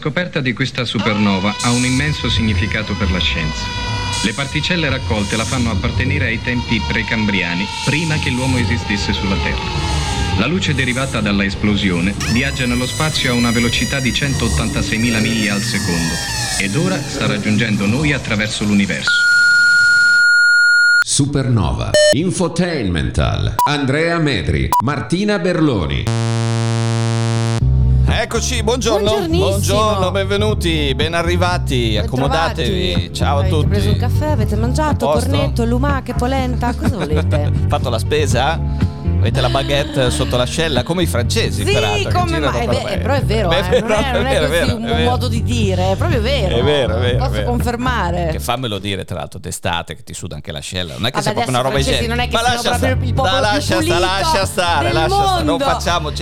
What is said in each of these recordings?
scoperta di questa supernova ha un immenso significato per la scienza. Le particelle raccolte la fanno appartenere ai tempi precambriani, prima che l'uomo esistesse sulla Terra. La luce derivata dalla esplosione viaggia nello spazio a una velocità di 186.000 miglia al secondo ed ora sta raggiungendo noi attraverso l'universo. Supernova, Infotainmental, Andrea Medri, Martina Berloni. Eccoci, buongiorno, benvenuti, ben arrivati, accomodatevi. Ciao a tutti. Avete preso un caffè, avete mangiato, cornetto, lumache, polenta, cosa volete? Fatto la spesa? Avete la baguette sotto l'ascella come i francesi, sì, peraltro. Come però è vero, non è così un modo di dire, è proprio vero. È vero. Posso confermare. Che fammelo dire, tra l'altro, d'estate che ti suda anche l'ascella. Non è che sia Vabbè, proprio una roba igienica. Non è che siano proprio il popolo più pulito lascia stare, non facciamo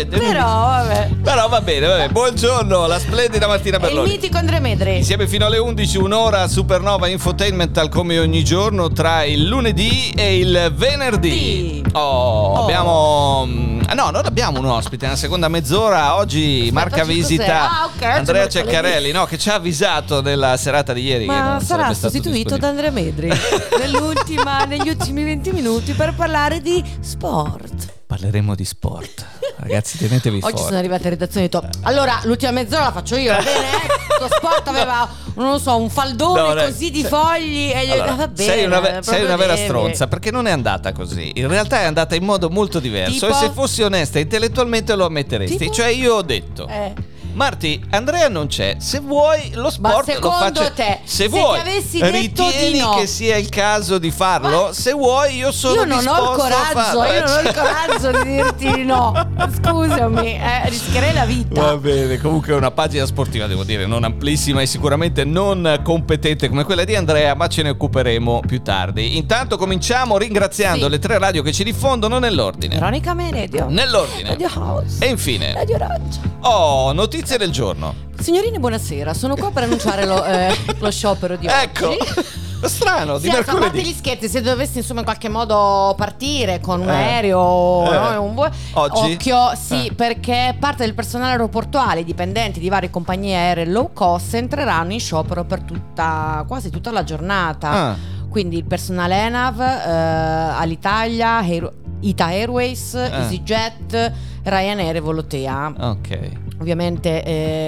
Però va bene. Buongiorno, la splendida Martina Berloni. Il mitico Andrea Medri. Insieme fino alle 11, un'ora Supernova Infotainmental come ogni giorno tra il lunedì e il venerdì. Abbiamo non abbiamo un ospite nella seconda mezz'ora. Oggi marca visita Andrea Ceccarelli, che ci ha avvisato nella serata di ieri. Ma che sarà sostituito da Andrea Medri negli ultimi 20 minuti per parlare di sport. Parleremo di sport. Ragazzi, tenetevi Oggi forti. sono arrivate redazioni top. Allora, l'ultima mezz'ora la faccio io, va bene? Lo sport aveva, non lo so, un faldone così di fogli e va bene. Sei una vera stronza, perché non è andata così. In realtà è andata in modo molto diverso. Tipo? E se fossi onesta intellettuellmente lo ammetteresti. Tipo? Cioè io ho detto Marti, Andrea non c'è. Se vuoi lo sport lo faccio. Ma secondo te, se vuoi, ti avessi detto ritieni di no, che sia il caso di farlo, se vuoi io sono disposto a farlo. Io non ho il coraggio di dirti di no. Scusami, rischierei la vita. Va bene, comunque è una pagina sportiva, devo dire, non amplissima e sicuramente non competente come quella di Andrea, ma ce ne occuperemo più tardi. Intanto cominciamo ringraziando le 3 radio che ci diffondono nell'ordine. Veronica Radio. Nell'ordine. Radio House. E infine Radio Raggia. Notizie del giorno. Signorine, buonasera. Sono qua per annunciare lo sciopero di oggi. Ecco. Strano, di mercoledì. A parte gli scherzi, se dovessi insomma in qualche modo partire con un aereo oggi? Occhio, perché parte del personale aeroportuale, i dipendenti di varie compagnie aeree low cost entreranno in sciopero per quasi tutta la giornata. Quindi il personale ENAV, Alitalia, Ita Airways, EasyJet, Ryanair e Volotea. Ok. Ovviamente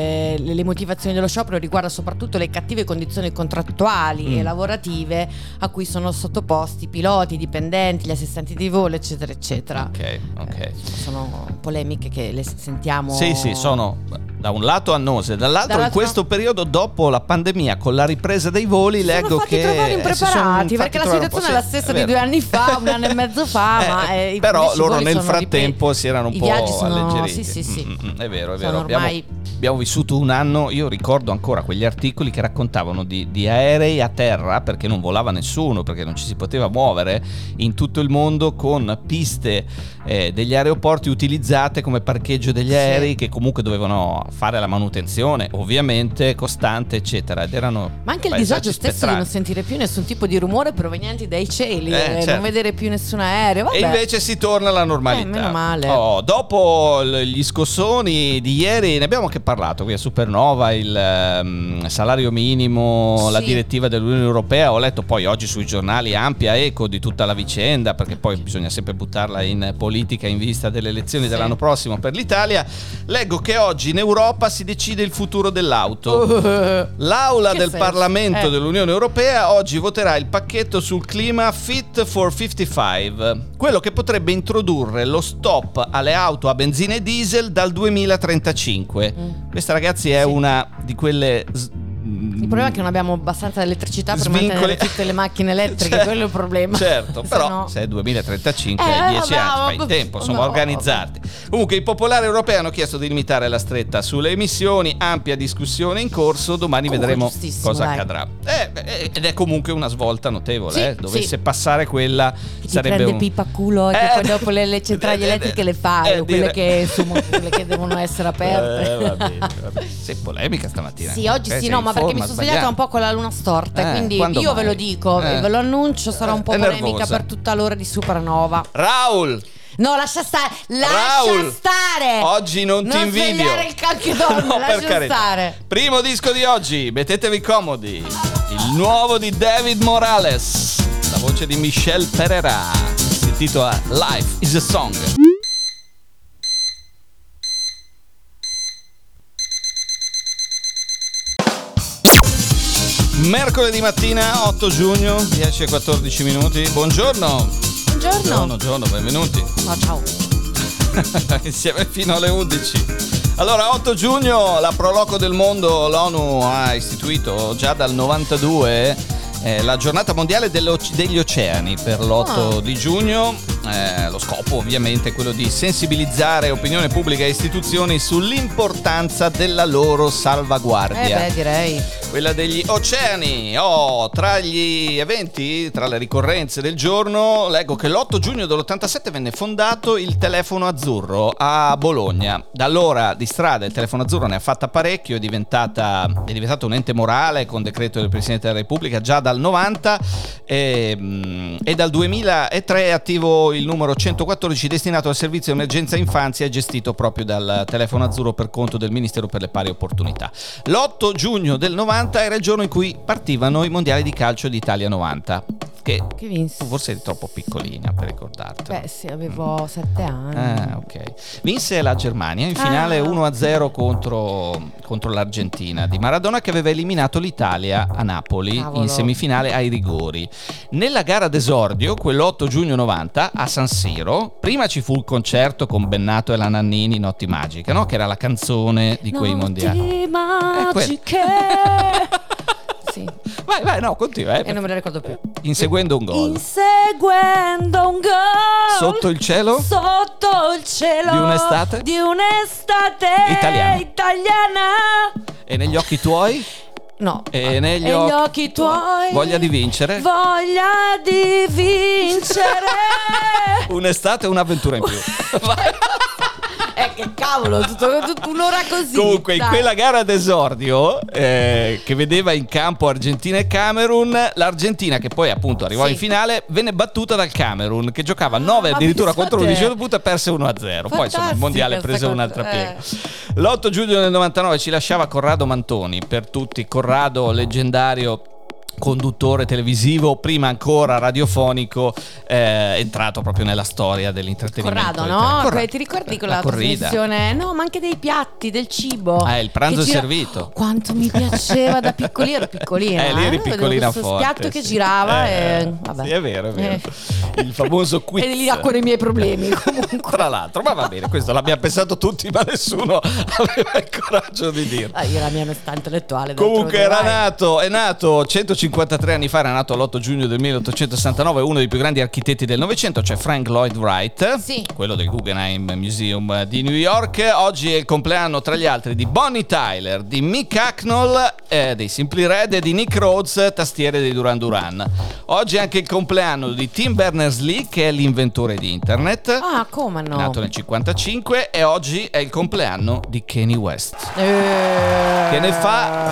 le motivazioni dello sciopero riguardano soprattutto le cattive condizioni contrattuali e lavorative a cui sono sottoposti i piloti, i dipendenti, gli assistenti di volo, eccetera, eccetera. Ok. Sono polemiche che le sentiamo. Sì, sono da un lato annose, dall'altro in questo periodo dopo la pandemia, con la ripresa dei voli, leggo che sono fatti impreparati, perché la situazione è la stessa di 2 anni fa, un anno e mezzo fa, però loro nel frattempo si erano un po' alleggeriti. Sì. È vero. Abbiamo vissuto un anno, io ricordo ancora quegli articoli che raccontavano di aerei a terra, perché non volava nessuno, perché non ci si poteva muovere in tutto il mondo, con piste degli aeroporti utilizzate come parcheggio degli aerei che comunque dovevano fare la manutenzione ovviamente costante, eccetera, ed erano ma anche il disagio stesso di non sentire più nessun tipo di rumore proveniente dai cieli, certo. non vedere più nessun aereo. Vabbè. E invece si torna alla normalità. Meno male. Dopo gli scossoni di ieri ne abbiamo anche parlato qui a Supernova, il salario minimo, la direttiva dell'Unione Europea. Ho letto poi oggi sui giornali ampia eco di tutta la vicenda, perché poi bisogna sempre buttarla in politica in vista delle elezioni dell'anno prossimo per l'Italia. Leggo che oggi in Europa si decide il futuro dell'auto. L'aula del Parlamento dell'Unione Europea oggi voterà il pacchetto sul clima Fit for 55, quello che potrebbe introdurre lo stop alle auto a benzina e diesel dal 2035. Questa, ragazzi, è una di quelle Il problema è che non abbiamo abbastanza elettricità per mantenere tutte le macchine elettriche, quello è il problema. Certo, però se è 2035 hai 10 anni, fai tempo, insomma, organizzarti. Comunque i popolari europei hanno chiesto di limitare la stretta sulle emissioni, ampia discussione in corso, domani vedremo cosa accadrà. Ed è comunque una svolta notevole, dovesse passare quella chi sarebbe prende pipa culo e che poi dopo le centrali elettriche le fa, quelle che devono essere aperte. Vabbè. Sei polemica stamattina. Sì, oggi sì, no, ma perché mi sono svegliata un po' con la luna storta, quindi io mai? Ve lo dico, ve lo annuncio, sarà un po' polemica per tutta l'ora di Supernova. Raul! No, lascia stare. Raul, stare. Oggi non ti invidio. Non il calchedone, no, lascia stare. Primo disco di oggi, mettetevi comodi. Il nuovo di David Morales. La voce di Michel Pereira. Si intitola Life is a Song. Mercoledì mattina, 8 giugno, 10:14 minuti. Buongiorno. Buongiorno, benvenuti. No, ciao. Insieme fino alle 11. Allora, 8 giugno, la Pro Loco del mondo, l'ONU ha istituito già dal 92 la giornata mondiale degli oceani per l'8 di giugno. Lo scopo ovviamente è quello di sensibilizzare opinione pubblica e istituzioni sull'importanza della loro salvaguardia. Direi. Quella degli oceani. Tra gli eventi, tra le ricorrenze del giorno, leggo che l'8 giugno dell'87 venne fondato il Telefono Azzurro a Bologna. Da allora di strada il Telefono Azzurro ne ha fatta parecchio, è diventato un ente morale con decreto del Presidente della Repubblica già dal 90 e dal 2003 è attivo il numero 114 destinato al servizio emergenza infanzia e gestito proprio dal Telefono Azzurro per conto del Ministero per le Pari Opportunità. L'8 giugno del 90 era il giorno in cui partivano i mondiali di calcio d'Italia 90. Che vinse? Forse eri troppo piccolina per ricordarti. Beh sì, avevo 7 anni. Ok. Vinse la Germania in finale 1-0 contro l'Argentina di Maradona, che aveva eliminato l'Italia a Napoli. Cavolo. In semifinale ai rigori. Nella gara d'esordio, quell'8 giugno 90 a San Siro, prima ci fu il concerto con Bennato e la Nannini, Notti Magiche, no? Che era la canzone di quei mondiali. Magiche. Sì. Vai, no, continua. E non me la ricordo più. Inseguendo un gol. Inseguendo un gol. Sotto il cielo? Sotto il cielo. Di un'estate? Italiana. E negli occhi tuoi? No. E negli occhi tuoi. Voglia di vincere? Voglia di vincere. Un'estate e un'avventura in più. Vai. Che cavolo, tutto un'ora così. Comunque, in quella gara d'esordio che vedeva in campo Argentina e Camerun, l'Argentina, che poi appunto arrivò in finale, venne battuta dal Camerun, che giocava 9 addirittura contro 11 a un certo punto e perse 1-0. Poi insomma il mondiale prese un'altra piega. L'8 giugno del 99 ci lasciava Corrado Mantoni, per tutti Corrado, leggendario conduttore televisivo, prima ancora radiofonico, entrato proprio nella storia dell'intrattenimento. Corrado, no? Corrado. Ti ricordi quella trasmissione? No, ma anche dei piatti, del cibo. Il pranzo servito. Quanto mi piaceva da piccolina, ero piccolina. Lì eri piccolina forte. Questo piatto che girava vabbè. Sì, è vero. Il famoso quiz. E lì là con i miei problemi comunque. Tra l'altro, ma va bene, questo l'abbiamo pensato tutti, ma nessuno aveva il coraggio di dirlo. Io la mia onestà intellettuale. Comunque è nato 153 anni fa, era nato l'8 giugno del 1869, uno dei più grandi architetti del Novecento, cioè Frank Lloyd Wright, quello del Guggenheim Museum di New York. Oggi è il compleanno, tra gli altri, di Bonnie Tyler, di Mick Hucknall, dei Simply Red, e di Nick Rhodes, tastiere dei Duran Duran. Oggi è anche il compleanno di Tim Berners-Lee, che è l'inventore di internet. Come no? Nato nel 55, e oggi è il compleanno di Kanye West, che ne fa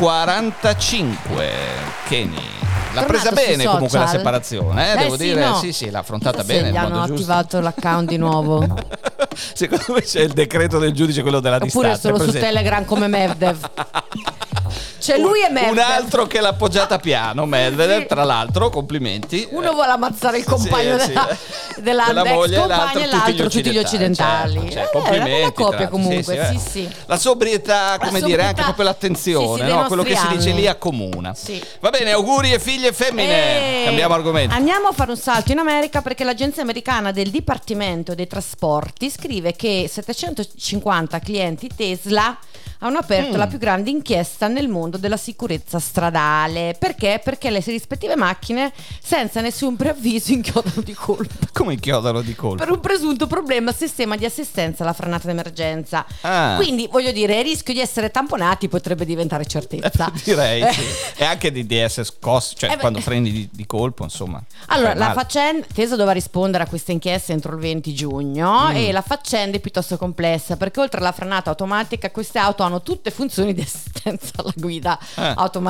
45. Kanye l'ha presa bene comunque la separazione, devo dire. No. Sì, l'ha affrontata bene. Gli hanno attivato l'account di nuovo. Secondo me c'è il decreto del giudice, quello della distanza. Oppure solo su Telegram come Medvedev. C'è lui e Medvedev. Un altro che l'ha appoggiata piano, Medvedev, tra l'altro, complimenti. Uno vuole ammazzare il compagno della moglie, compagna, e l'altro tutti gli occidentali. Complimenti. Una coppia comunque, sì. La sobrietà, come dire, anche proprio l'attenzione, no? Quello che si dice lì accomuna. Sì. Va bene, auguri e figlie femmine. Cambiamo argomento. Andiamo a fare un salto in America, perché l'agenzia americana del Dipartimento dei Trasporti scrive che 750 clienti Tesla hanno aperto la più grande inchiesta nel mondo della sicurezza stradale. Perché? Perché le rispettive macchine, senza nessun preavviso, inchiodano di colpo. Come inchiodano di colpo? Per un presunto problema al sistema di assistenza alla frenata d'emergenza. Quindi, voglio dire, il rischio di essere tamponati potrebbe diventare certezza. Direi, sì. E anche di essere scossi, cioè quando freni di colpo, insomma. Allora, la faccenda, Tesla doveva rispondere a questa inchiesta entro il 20 giugno e la faccenda è piuttosto complessa, perché oltre alla frenata automatica, queste auto hanno tutte funzioni di assistenza alla guida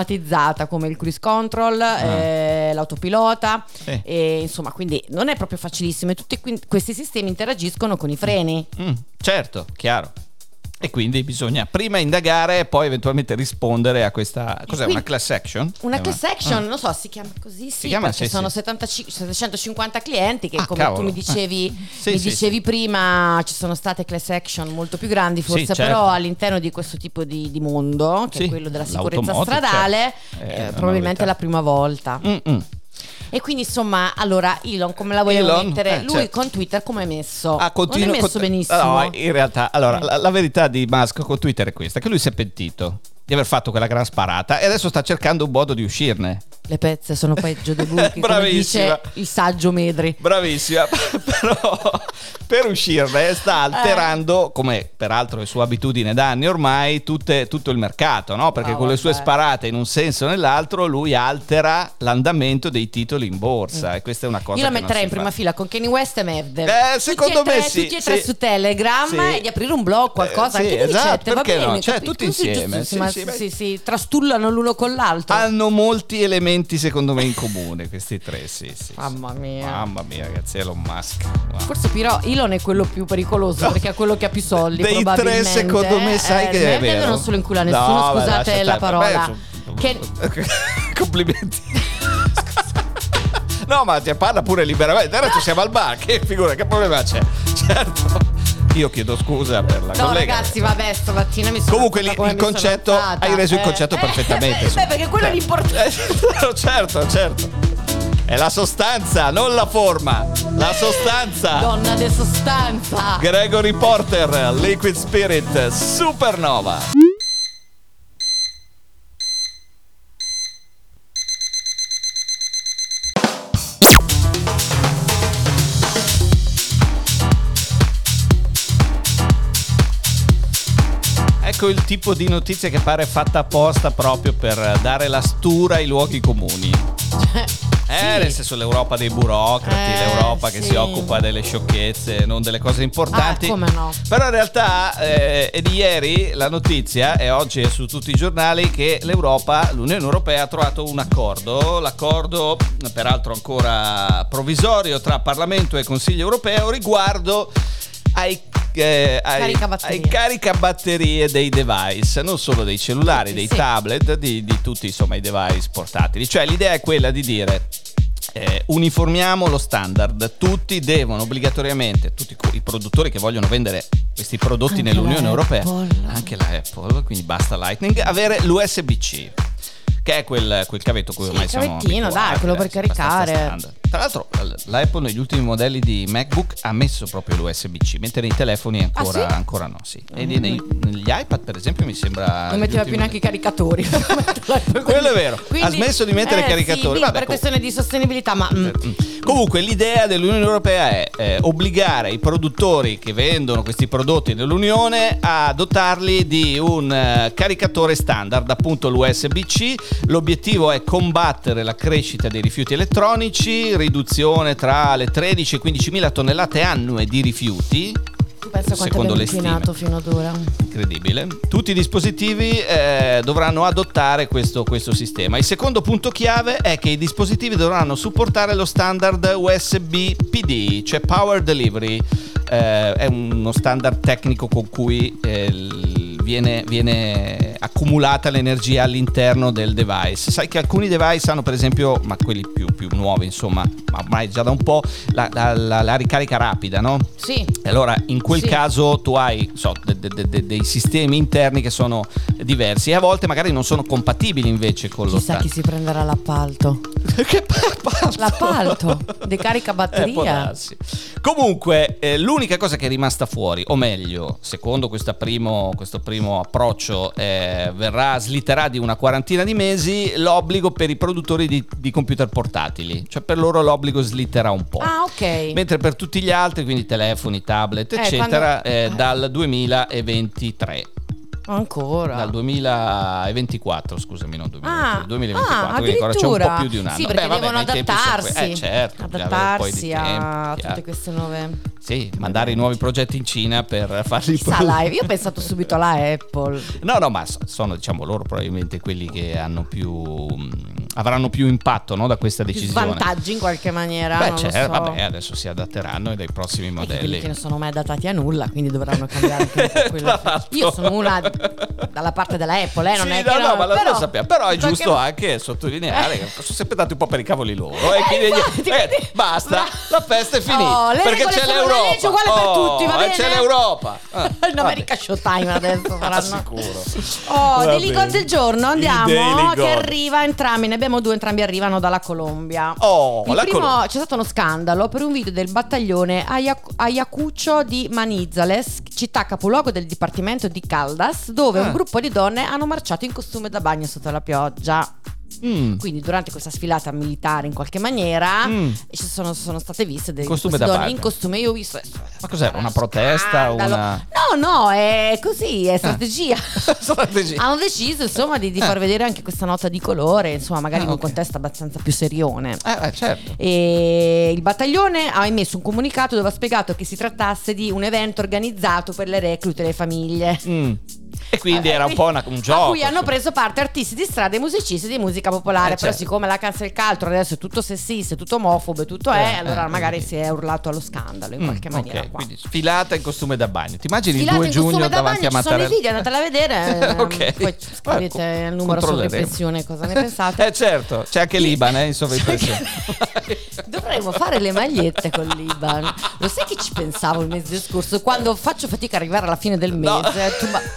automatizzata, come il cruise control, l'autopilota, e insomma, quindi non è proprio facile facilissimo, e tutti questi sistemi interagiscono con i freni. Certo, chiaro. E quindi bisogna prima indagare e poi eventualmente rispondere a questa... Cos'è? Una class action? Una class action, non so, si chiama così, sì, chiama, perché sì, sono sì. 750 clienti che come cavolo. tu mi dicevi, Sì. prima, ci sono state class action molto più grandi forse, Sì, certo. però all'interno di questo tipo di mondo, che è quello della sicurezza l'automotive, stradale, certo. probabilmente è la prima volta. E quindi insomma, allora Elon come la vogliamo mettere? Lui certo. con Twitter come è messo? Non è messo benissimo. No, in realtà, allora, la verità di Musk con Twitter è questa, che lui si è pentito di aver fatfatto quella gran sparata e adesso sta cercando un modo di uscirne. Le pezze sono peggio dei buchi, come dice il saggio Medri. Bravissima. Però per uscirne sta alterando, come peraltro è sua abitudine da anni ormai, tutto il mercato, no? Perché con le sue sparate in un senso o nell'altro lui altera l'andamento dei titoli in borsa e questa è una cosa io la che metterei non in si prima fa. fila con Kanye West e Maverick. Secondo me sì. Tutti e tre su Telegram, e di aprire un blog, qualcosa, sì, anche di esatto, ricette, va perché bene, no? Cioè, capito? tutti Così, insieme, si trastullano l'uno con l'altro. Hanno molti elementi secondo me in comune questi tre, sì. Mamma mia, ragazzi, Elon Musk. Wow. Forse però Elon è quello più pericoloso perché è quello che ha più soldi, dei probabilmente. tre secondo me sai che è vero. Non solo incula nessuno, scusate la parola. Complimenti. No, ma ti parla pure liberamente. Adesso siamo al bar, che figura, che problema c'è? Certo. Io chiedo scusa per la collega. Ragazzi, vabbè, stamattina mi sono... Comunque il concetto, hai reso il concetto perfettamente. Perché quello è l'importante. Certo. È la sostanza, non la forma. La sostanza. Donna de sostanza. Gregory Porter, Liquid Spirit, Supernova. Ecco il tipo di notizia che pare fatta apposta proprio per dare la stura ai luoghi comuni. Nel senso, l'Europa dei burocrati, l'Europa che si occupa delle sciocchezze, non delle cose importanti. Come no? Però in realtà è di ieri la notizia, e oggi è su tutti i giornali, che l'Unione Europea ha trovato un accordo. L'accordo, peraltro ancora provvisorio, tra Parlamento e Consiglio Europeo riguardo ai caricabatterie dei device, non solo dei cellulari, dei tablet, di tutti insomma i device portatili. Cioè l'idea è quella di dire uniformiamo lo standard, tutti devono obbligatoriamente, tutti i produttori che vogliono vendere questi prodotti anche nell'Unione Europea, anche la Apple, quindi basta Lightning, avere l'USB-C, che è quel cavetto cui ormai siamo abituati, dai, quello per caricare. Tra l'altro l'Apple negli ultimi modelli di MacBook ha messo proprio l'USB-C, mentre nei telefoni ancora no, sì. E negli iPad per esempio mi sembra non metteva più neanche i caricatori. Quello è vero. Quindi, ha smesso di mettere i caricatori. Vabbè, per questione di sostenibilità, ma comunque l'idea dell'Unione Europea è obbligare i produttori che vendono questi prodotti nell'Unione a dotarli di un caricatore standard, appunto l'USB-C. L'obiettivo è combattere la crescita dei rifiuti elettronici, riduzione tra le 13 e 15.000 tonnellate annue di rifiuti. Pensa quanto abbiamo inquinato fino ad ora. Incredibile. Tutti i dispositivi dovranno adottare questo sistema. Il secondo punto chiave è che i dispositivi dovranno supportare lo standard USB PD, cioè Power Delivery. È uno standard tecnico con cui viene accumulata l'energia all'interno del device. Sai che alcuni device hanno, per esempio, ma quelli più nuovi insomma, ma ormai già da un po', la ricarica rapida, no? Sì. E allora in quel caso tu hai dei sistemi interni che sono diversi e a volte magari non sono compatibili invece con lo standard. Chissà chi si prenderà l'appalto. Che appalto? L'appalto di caricabatteria. Comunque l'unica cosa che è rimasta fuori, o meglio, secondo questo primo approccio, slitterà di una quarantina di mesi l'obbligo per i produttori di computer portatili, cioè per loro l'obbligo slitterà un po'. Ok. Mentre per tutti gli altri, quindi telefoni, tablet eccetera, dal 2023. Ancora? Dal 2024, scusami, non 2023, 2024, quindi addirittura. ancora c'è un po' più di un anno. Sì, perché devono adattarsi. Certo, adattarsi a tutte queste nuove Sì, mandare i nuovi progetti in Cina per farli live. Io ho pensato subito alla Apple. No, ma sono, diciamo, loro probabilmente quelli che hanno avranno più impatto, no, da questa decisione. Svantaggi in qualche maniera. Beh, non certo, lo so. vabbè, adesso si adatteranno dai prossimi modelli. Quelli che non sono mai adattati a nulla, quindi dovranno cambiare anche un po' quello. Io sono una dalla parte della Apple, non è che no, ma però, lo sappiamo. Però è giusto anche sottolineare che sono sempre dati un po' per i cavoli loro. Quindi basta, la festa è finita. Perché c'è l'Europa. La legge uguale per tutti, va bene? C'è l'Europa. In America Showtime adesso faranno. Sicuro. Daily God del giorno, andiamo. Che arriva entrambi, ne abbiamo due, entrambi arrivano dalla Colombia. Il primo, c'è stato uno scandalo per un video del battaglione Ayacucho di Manizales, città capoluogo del dipartimento di Caldas, dove un gruppo di donne hanno marciato in costume da bagno sotto la pioggia. Quindi durante questa sfilata militare in qualche maniera ci sono state viste delle costume da donne bagno. in costume. Io ho visto. Ma cos'era? Una protesta? No, è così, è strategia. Strategia. Hanno deciso insomma di far vedere anche questa nota di colore, insomma magari in un contesto abbastanza più serione. Certo. E il battaglione ha emesso un comunicato dove ha spiegato che si trattasse di un evento organizzato per le reclute e le famiglie. E quindi era un po' un gioco. A cui hanno preso parte artisti di strada e musicisti di musica popolare. Però certo. siccome la cancel culture adesso è tutto sessista, è tutto omofobo, è tutto allora magari si è urlato allo scandalo in qualche maniera. Quindi sfilata in costume da bagno. Ti immagini sfilata il 2 giugno davanti a Mattarella? Ci sono i video, andatela a vedere. Poi scrivete il numero sovraimpressione, cosa ne pensate? Certo, c'è anche l'Iban in sovraimpressione. Dovremmo fare le magliette con l'Iban. Lo sai che ci pensavo il mese scorso? Quando faccio fatica a arrivare alla fine del mese,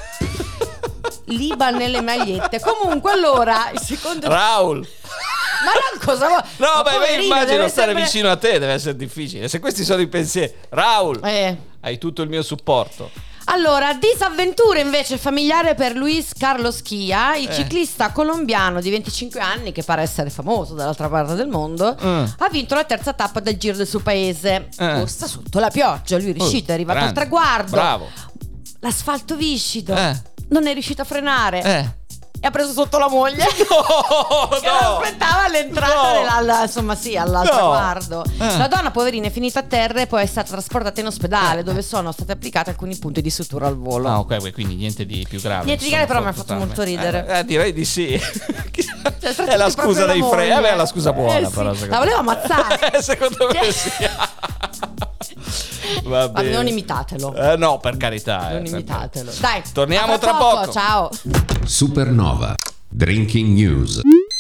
l'Iban nelle magliette. Comunque allora il secondo Raul. Ma non cosa vuoi? No, beh, immagino stare vicino a te deve essere difficile. Se questi sono i pensieri, Raul, hai tutto il mio supporto. Allora, disavventure invece familiare per Luis Carlos Chia, il ciclista colombiano di 25 anni che pare essere famoso dall'altra parte del mondo, ha vinto la terza tappa del Giro del suo paese. Corsa sotto la pioggia, lui è riuscito, è arrivato al traguardo. Bravo. L'asfalto viscido. Non è riuscito a frenare e ha preso sotto la moglie che lo aspettava all'entrata al traguardo. La donna poverina è finita a terra e poi è stata trasportata in ospedale dove sono state applicate alcuni punti di sutura al volo. Ok, quindi niente di più grave. Niente di grave, però mi ha fatto molto ridere. Direi di sì. È la scusa dei freni. È la scusa buona, però la voleva ammazzare. Secondo me sì. Va bene. Ma non imitatelo. No, per carità. Non imitatelo. Dai, torniamo tra poco. Ciao. Supernova Drinking News.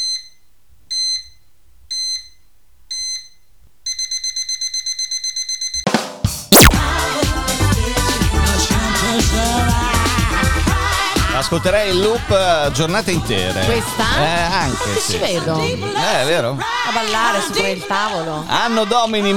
Ascolterei il loop giornate intere. Questa? Anche sì. Ci vedo. È vero? A ballare sopra il tavolo. Anno Domini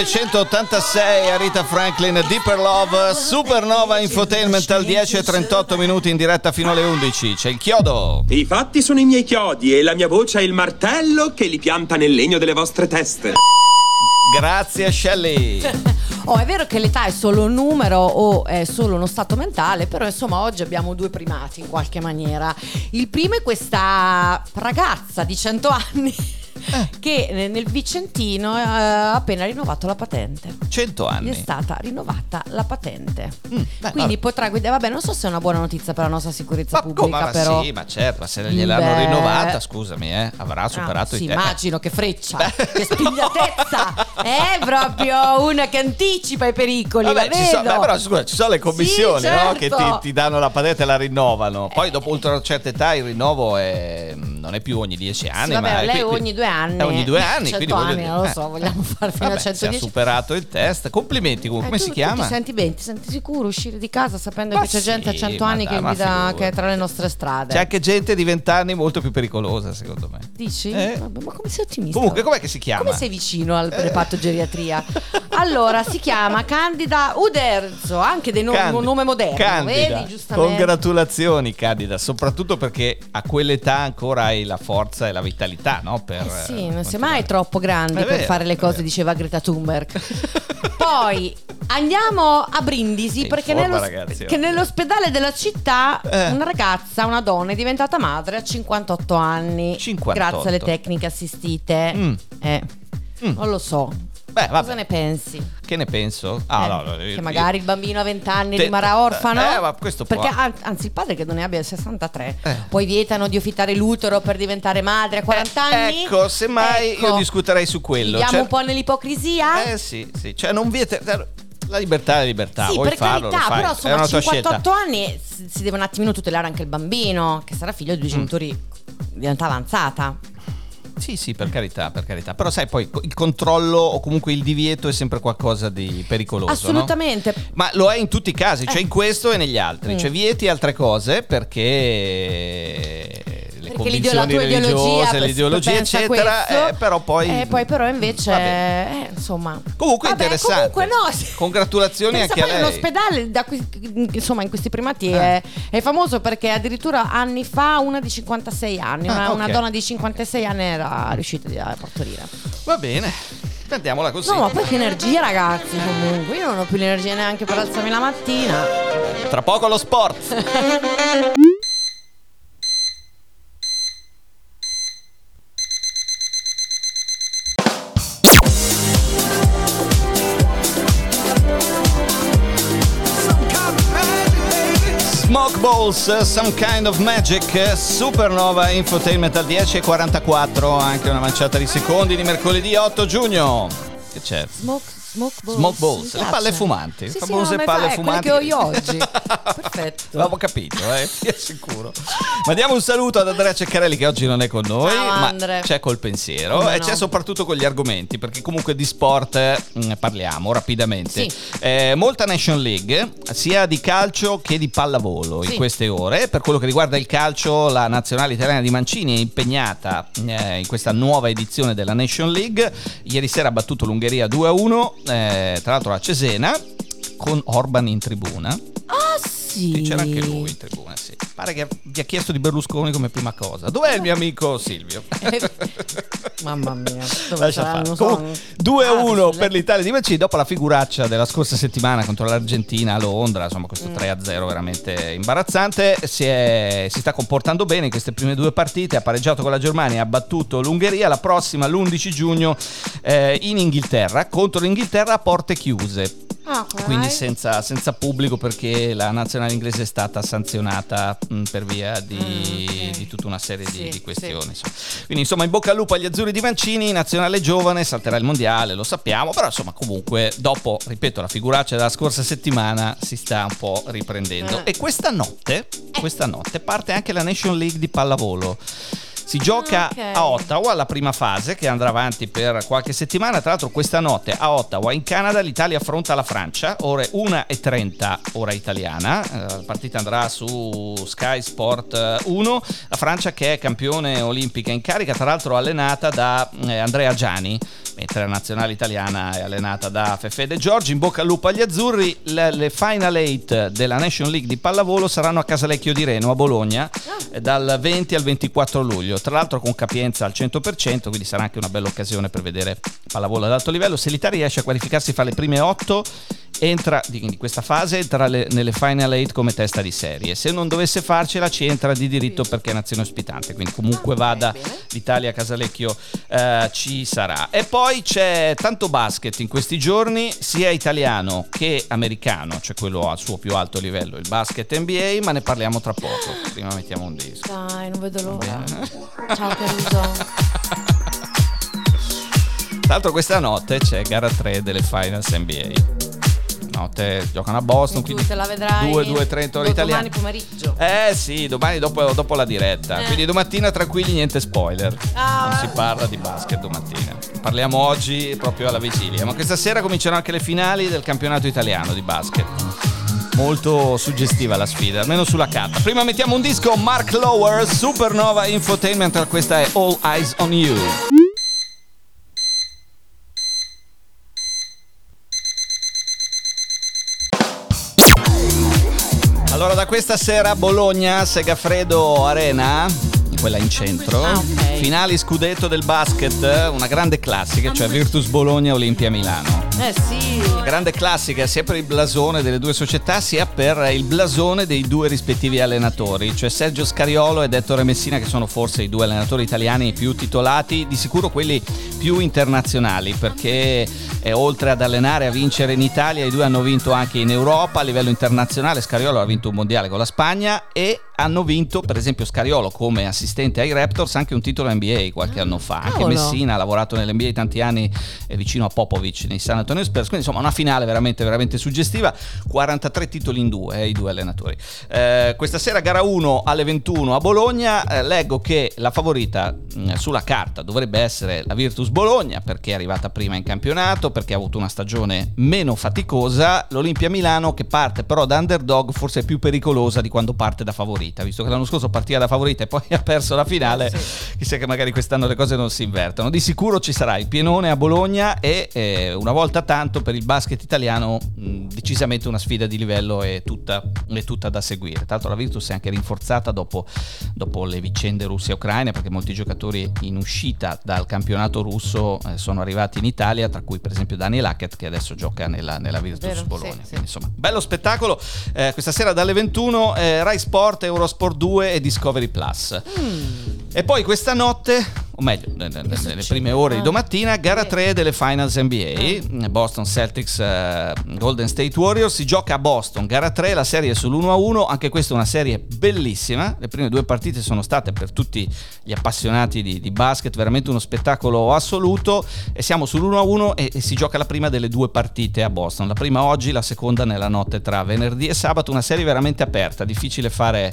1986, Aretha Franklin, Deeper Love, Supernova Infotainment al 10:38 minuti in diretta fino alle 11. C'è il chiodo. I fatti sono i miei chiodi e la mia voce è il martello che li pianta nel legno delle vostre teste. Grazie Shelley. È vero che l'età è solo un numero o è solo uno stato mentale, però insomma oggi abbiamo due primati in qualche maniera. Il primo è questa ragazza di 100 anni che nel Vicentino ha appena rinnovato la patente. 100 anni. Gli è stata rinnovata la patente. Quindi potrà guidare. Vabbè, non so se è una buona notizia per la nostra sicurezza pubblica, però. Sì, ma certo, se gliel'hanno rinnovata, scusami, avrà superato i tempi. Immagino che freccia, che spigliatezza. È proprio una che anticipa i pericoli. Vabbè, però scusa, ci sono le commissioni, sì, certo, che ti danno la patente e la rinnovano. Poi dopo una certa età il rinnovo non è più ogni 10 anni. Sì, ma lei ogni 2 anni. Ogni 2 anni. 100 quindi anni, non lo so, vogliamo fare fino a 110. Se ha superato il test. Complimenti, come si chiama? Ti senti bene, ti senti sicuro uscire di casa sapendo che c'è gente a 100 anni che guida, che è tra le nostre strade. C'è anche gente di 20 anni molto più pericolosa, secondo me. Dici? Vabbè, ma come sei ottimista? Comunque, com'è che si chiama? Come sei vicino al reparto geriatria? Allora, si chiama Candida Uderzo, anche dei un nome moderno. Candida, vedi, giustamente. Congratulazioni Candida, soprattutto perché a quell'età ancora hai la forza e la vitalità, no? Sì, non sei mai troppo grande per fare le cose, diceva Greta Thunberg. Poi andiamo a Brindisi perché nell'ospedale della città una ragazza, una donna è diventata madre a 58 anni 58. grazie alle tecniche assistite. Non lo so. Cosa ne pensi? Che ne penso? Che magari il bambino a 20 anni rimarrà orfano? Ma questo perché anzi il padre credo ne abbia 63. Poi vietano di affittare l'utero per diventare madre a 40 anni. Ecco, semmai io discuterei su quello. Andiamo un po' nell'ipocrisia? Sì, cioè non vieta. La libertà è la libertà, sì, vuoi per farlo, carità, lo fai. però insomma a 58 scelta. anni si deve un attimino tutelare anche il bambino, che sarà figlio di due genitori di età avanzata. Sì, per carità. Però sai, poi il controllo o comunque il divieto è sempre qualcosa di pericoloso. Assolutamente. No? Ma lo è in tutti i casi, cioè in questo e negli altri. Cioè vieti altre cose perché le convinzioni religiose, l'ideologia eccetera, però poi però invece insomma comunque interessante. Comunque no, congratulazioni anche a lei. L'ospedale insomma in questi primati è famoso perché addirittura anni fa una di 56 anni, una donna di 56 anni era riuscita a partorire. Va bene, andiamola così. No, ma poi che energia, ragazzi, comunque io non ho più l'energia neanche per alzarmi la mattina. Tra poco lo sport. Smoke Balls, Some Kind of Magic, Supernova Infotainment al 10:44, anche una manciata di secondi di mercoledì 8 giugno. Che c'è? Smoke Balls, le palle fumanti, sì, famose palle fumanti che ho io oggi. Perfetto. L'avevo capito, ti assicuro. Ma diamo un saluto ad Andrea Ceccarelli che oggi non è con noi. Ciao, ma Andre. c'è col pensiero e c'è soprattutto con gli argomenti, perché comunque di sport parliamo rapidamente. Sì. Molta Nation League, sia di calcio che di pallavolo in queste ore. Per quello che riguarda il calcio, la nazionale italiana di Mancini è impegnata in questa nuova edizione della Nation League. Ieri sera ha battuto l'Ungheria 2-1. Tra l'altro a Cesena, con Orban in tribuna. Ah sì, c'era anche lui in tribuna, sì. Pare che vi ha chiesto di Berlusconi come prima cosa. Dov'è il mio amico Silvio? Mamma mia, lascia fare. 2-1 per l'Italia di Mancini dopo la figuraccia della scorsa settimana contro l'Argentina a Londra. Insomma, questo 3-0 veramente imbarazzante. Si sta comportando bene in queste prime due partite. Ha pareggiato con la Germania, ha battuto l'Ungheria. La prossima l'11 giugno in Inghilterra, contro l'Inghilterra a porte chiuse. Quindi senza pubblico, perché la nazionale inglese è stata sanzionata per via di tutta una serie di questioni. Quindi insomma in bocca al lupo agli azzurri di Mancini, nazionale giovane, salterà il mondiale, lo sappiamo, però insomma comunque dopo, ripeto, la figuraccia della scorsa settimana si sta un po' riprendendo. E questa notte parte anche la Nation League di pallavolo. Si gioca a Ottawa la prima fase, che andrà avanti per qualche settimana. Tra l'altro questa notte a Ottawa in Canada l'Italia affronta la Francia, ore 1:30 ora italiana. La partita andrà su Sky Sport 1. La Francia che è campione olimpica in carica, tra l'altro allenata da Andrea Giani, mentre la nazionale italiana è allenata da Fefè De Giorgi. In bocca al lupo agli azzurri. Le Final 8 della Nation League di pallavolo saranno a Casalecchio di Reno a Bologna dal 20 al 24 luglio. Tra l'altro con capienza al 100%, quindi sarà anche una bella occasione per vedere pallavolo ad alto livello. Se l'Italia riesce a qualificarsi fra le prime 8 entra di questa fase, entra nelle Final 8 come testa di serie. Se non dovesse farcela ci entra di diritto perché è nazione ospitante, quindi comunque vada l'Italia a Casalecchio ci sarà. E poi c'è tanto basket in questi giorni, sia italiano che americano, cioè quello al suo più alto livello, il basket NBA, ma ne parliamo tra poco. Prima mettiamo un disco. Dai, non vedo l'ora. Ciao Caruso. Tra l'altro questa notte c'è gara 3 delle Finals NBA. Notte giocano a Boston, tu quindi te la vedrai 2:30 ore italiane. Domani pomeriggio. Sì, domani dopo la diretta. Quindi domattina tranquilli, niente spoiler. Non si parla di basket domattina. Parliamo oggi proprio alla vigilia. Ma questa sera cominceranno anche le finali del campionato italiano di basket. Molto suggestiva la sfida, almeno sulla carta. Prima mettiamo un disco, Mark Lower, Supernova Infotainment, questa è All Eyes on You. Allora, da questa sera Bologna, Segafredo Arena, quella in centro, finali scudetto del basket, una grande classica, cioè Virtus Bologna, Olimpia Milano. Sì. Grande classica sia per il blasone delle due società sia per il blasone dei due rispettivi allenatori, cioè Sergio Scariolo ed Ettore Messina, che sono forse i due allenatori italiani più titolati, di sicuro quelli più internazionali, perché oltre ad allenare, a vincere in Italia, i due hanno vinto anche in Europa a livello internazionale. Scariolo ha vinto un mondiale con la Spagna e hanno vinto, per esempio Scariolo come assistente ai Raptors, anche un titolo NBA qualche anno fa. Anche Messina ha lavorato nell'NBA tanti anni vicino a Popovic nei San Antonio Spurs, quindi insomma una finale veramente veramente suggestiva. 43 titoli in due, i due allenatori. Questa sera gara 1 alle 21 a Bologna. Leggo che la favorita sulla carta dovrebbe essere la Virtus Bologna, perché è arrivata prima in campionato, perché ha avuto una stagione meno faticosa. L'Olimpia Milano, che parte però da underdog, forse è più pericolosa di quando parte da favorita, visto che l'anno scorso partiva da favorita e poi ha perso la finale. Chissà che magari quest'anno le cose non si invertono. Di sicuro ci sarà il pienone a Bologna e una volta tanto per il basket italiano decisamente una sfida di livello è tutta da seguire. Tra l'altro la Virtus è anche rinforzata dopo le vicende russe e ucraine, perché molti giocatori in uscita dal campionato russo sono arrivati in Italia, tra cui per esempio Daniel Hackett, che adesso gioca nella Virtus Bologna. Quindi, insomma, bello spettacolo questa sera dalle 21, Rai Sport, Eurosport 2 e Discovery Plus. E poi questa notte, o meglio nelle prime ore di domattina, gara 3 delle Finals NBA, Boston Celtics Golden State Warriors. Si gioca a Boston, gara 3, la serie è sull'1-1, anche questa è una serie bellissima. Le prime due partite sono state, per tutti gli appassionati di basket, veramente uno spettacolo assoluto, e siamo sull'1-1 e si gioca la prima delle due partite a Boston, la prima oggi, la seconda nella notte tra venerdì e sabato. Una serie veramente aperta, difficile fare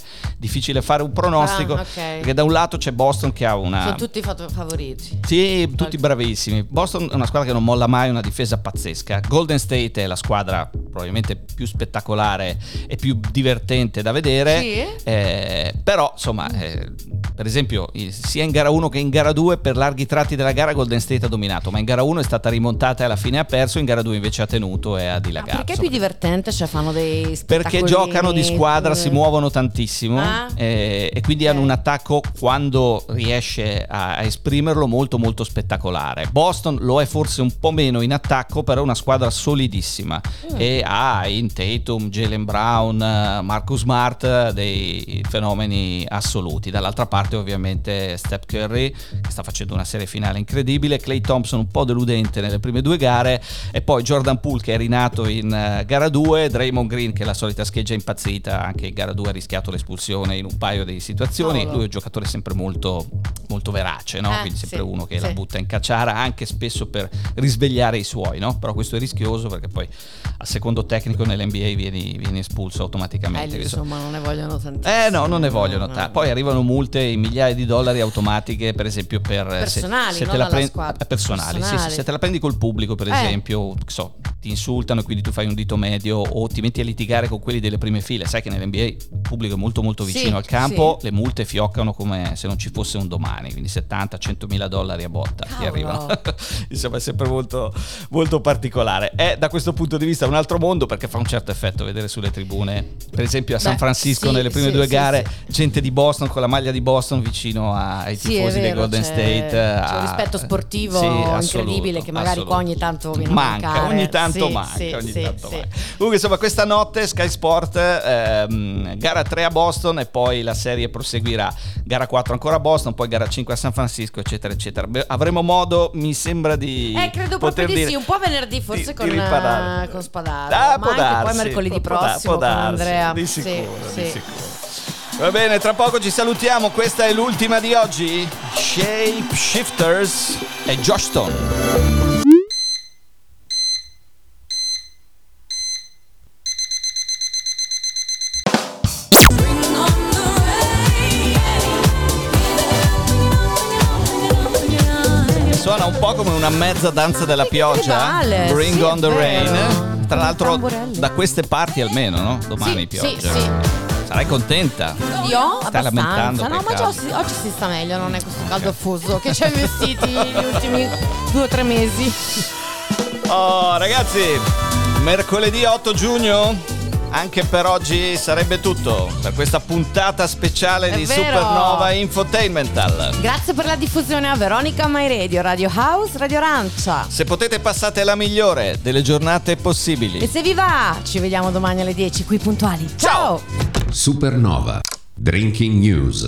un pronostico, perché da un lato c'è Boston che ha sono tutti favoriti. Sì, tutti bravissimi. Boston è una squadra che non molla mai, una difesa pazzesca. Golden State è la squadra probabilmente più spettacolare e più divertente da vedere, però insomma per esempio sia in gara 1 che in gara 2 per larghi tratti della gara Golden State ha dominato, ma in gara 1 è stata rimontata e alla fine ha perso, in gara 2 invece ha tenuto e ha dilagato. Perché è più divertente? Cioè fanno dei perché giocano di squadra, si muovono tantissimo e quindi hanno un attacco, quando riesce a esprimerlo, molto molto spettacolare. Boston lo è forse un po' meno in attacco, però è una squadra solidissima e ha in Tatum, Jaylen Brown, Marcus Smart dei fenomeni assoluti. Dall'altra parte ovviamente Steph Curry, che sta facendo una serie finale incredibile, Klay Thompson un po' deludente nelle prime due gare, e poi Jordan Poole che è rinato in gara 2, Draymond Green che è la solita scheggia impazzita, anche in gara 2 ha rischiato l'espulsione in un paio di situazioni. Lui è un giocatore sempre molto molto verace, no? Quindi sempre uno che la butta in cacciara, anche spesso per risvegliare i suoi, no? Però questo è rischioso, perché poi al secondo tecnico nell'NBA vieni espulso automaticamente. Insomma, non ne vogliono tantissimo. No, non ne vogliono poi arrivano multe in migliaia di dollari automatiche, per esempio per personali, se te la prendi personali. Sì, se te la prendi col pubblico, per esempio, ti insultano e quindi tu fai un dito medio o ti metti a litigare con quelli delle prime file. Sai che nell'NBA il pubblico è molto molto vicino al campo, le multe fioccano come se non ci fosse un domani, quindi 70-100 $100,000 a botta ti arrivano. Insomma, è sempre molto molto particolare. È da questo punto di vista un altro mondo, perché fa un certo effetto vedere sulle tribune, per esempio a San Francisco nelle prime due gare, gente di Boston con la maglia di Boston vicino ai tifosi dei Golden State. C'è un rispetto sportivo incredibile, che magari qua ogni tanto viene manca. Ogni tanto manca. Comunque insomma, questa notte Sky Sport gara 3 a Boston e poi la serie proseguirà. Gara 4 ancora a Boston, poi gara 5 a San Francisco, eccetera eccetera. Avremo modo, mi sembra, di credo proprio di sì, un po' venerdì forse con Spadaro, ma anche darsi, poi mercoledì prossimo con Andrea. Di sicuro. Va bene, tra poco ci salutiamo. Questa è l'ultima di oggi. Shape Shifters e Josh Stone. Suona un po' come una mezza danza della pioggia. Bring on the rain. Tra l'altro da queste parti almeno, no? Domani pioggia. Sarai contenta? Io? Stai lamentando? No, ma oggi si sta meglio, non è questo caldo affoso che ci ha investiti gli ultimi 2 o 3 mesi. Oh, ragazzi, mercoledì 8 giugno Anche per oggi sarebbe tutto per questa puntata speciale di Supernova Infotainmental. Grazie per la diffusione a Veronica My Radio, Radio House, Radio Arancia. Se potete passate la migliore delle giornate possibili. E se vi va, ci vediamo domani alle 10 qui puntuali. Ciao! Supernova Drinking News.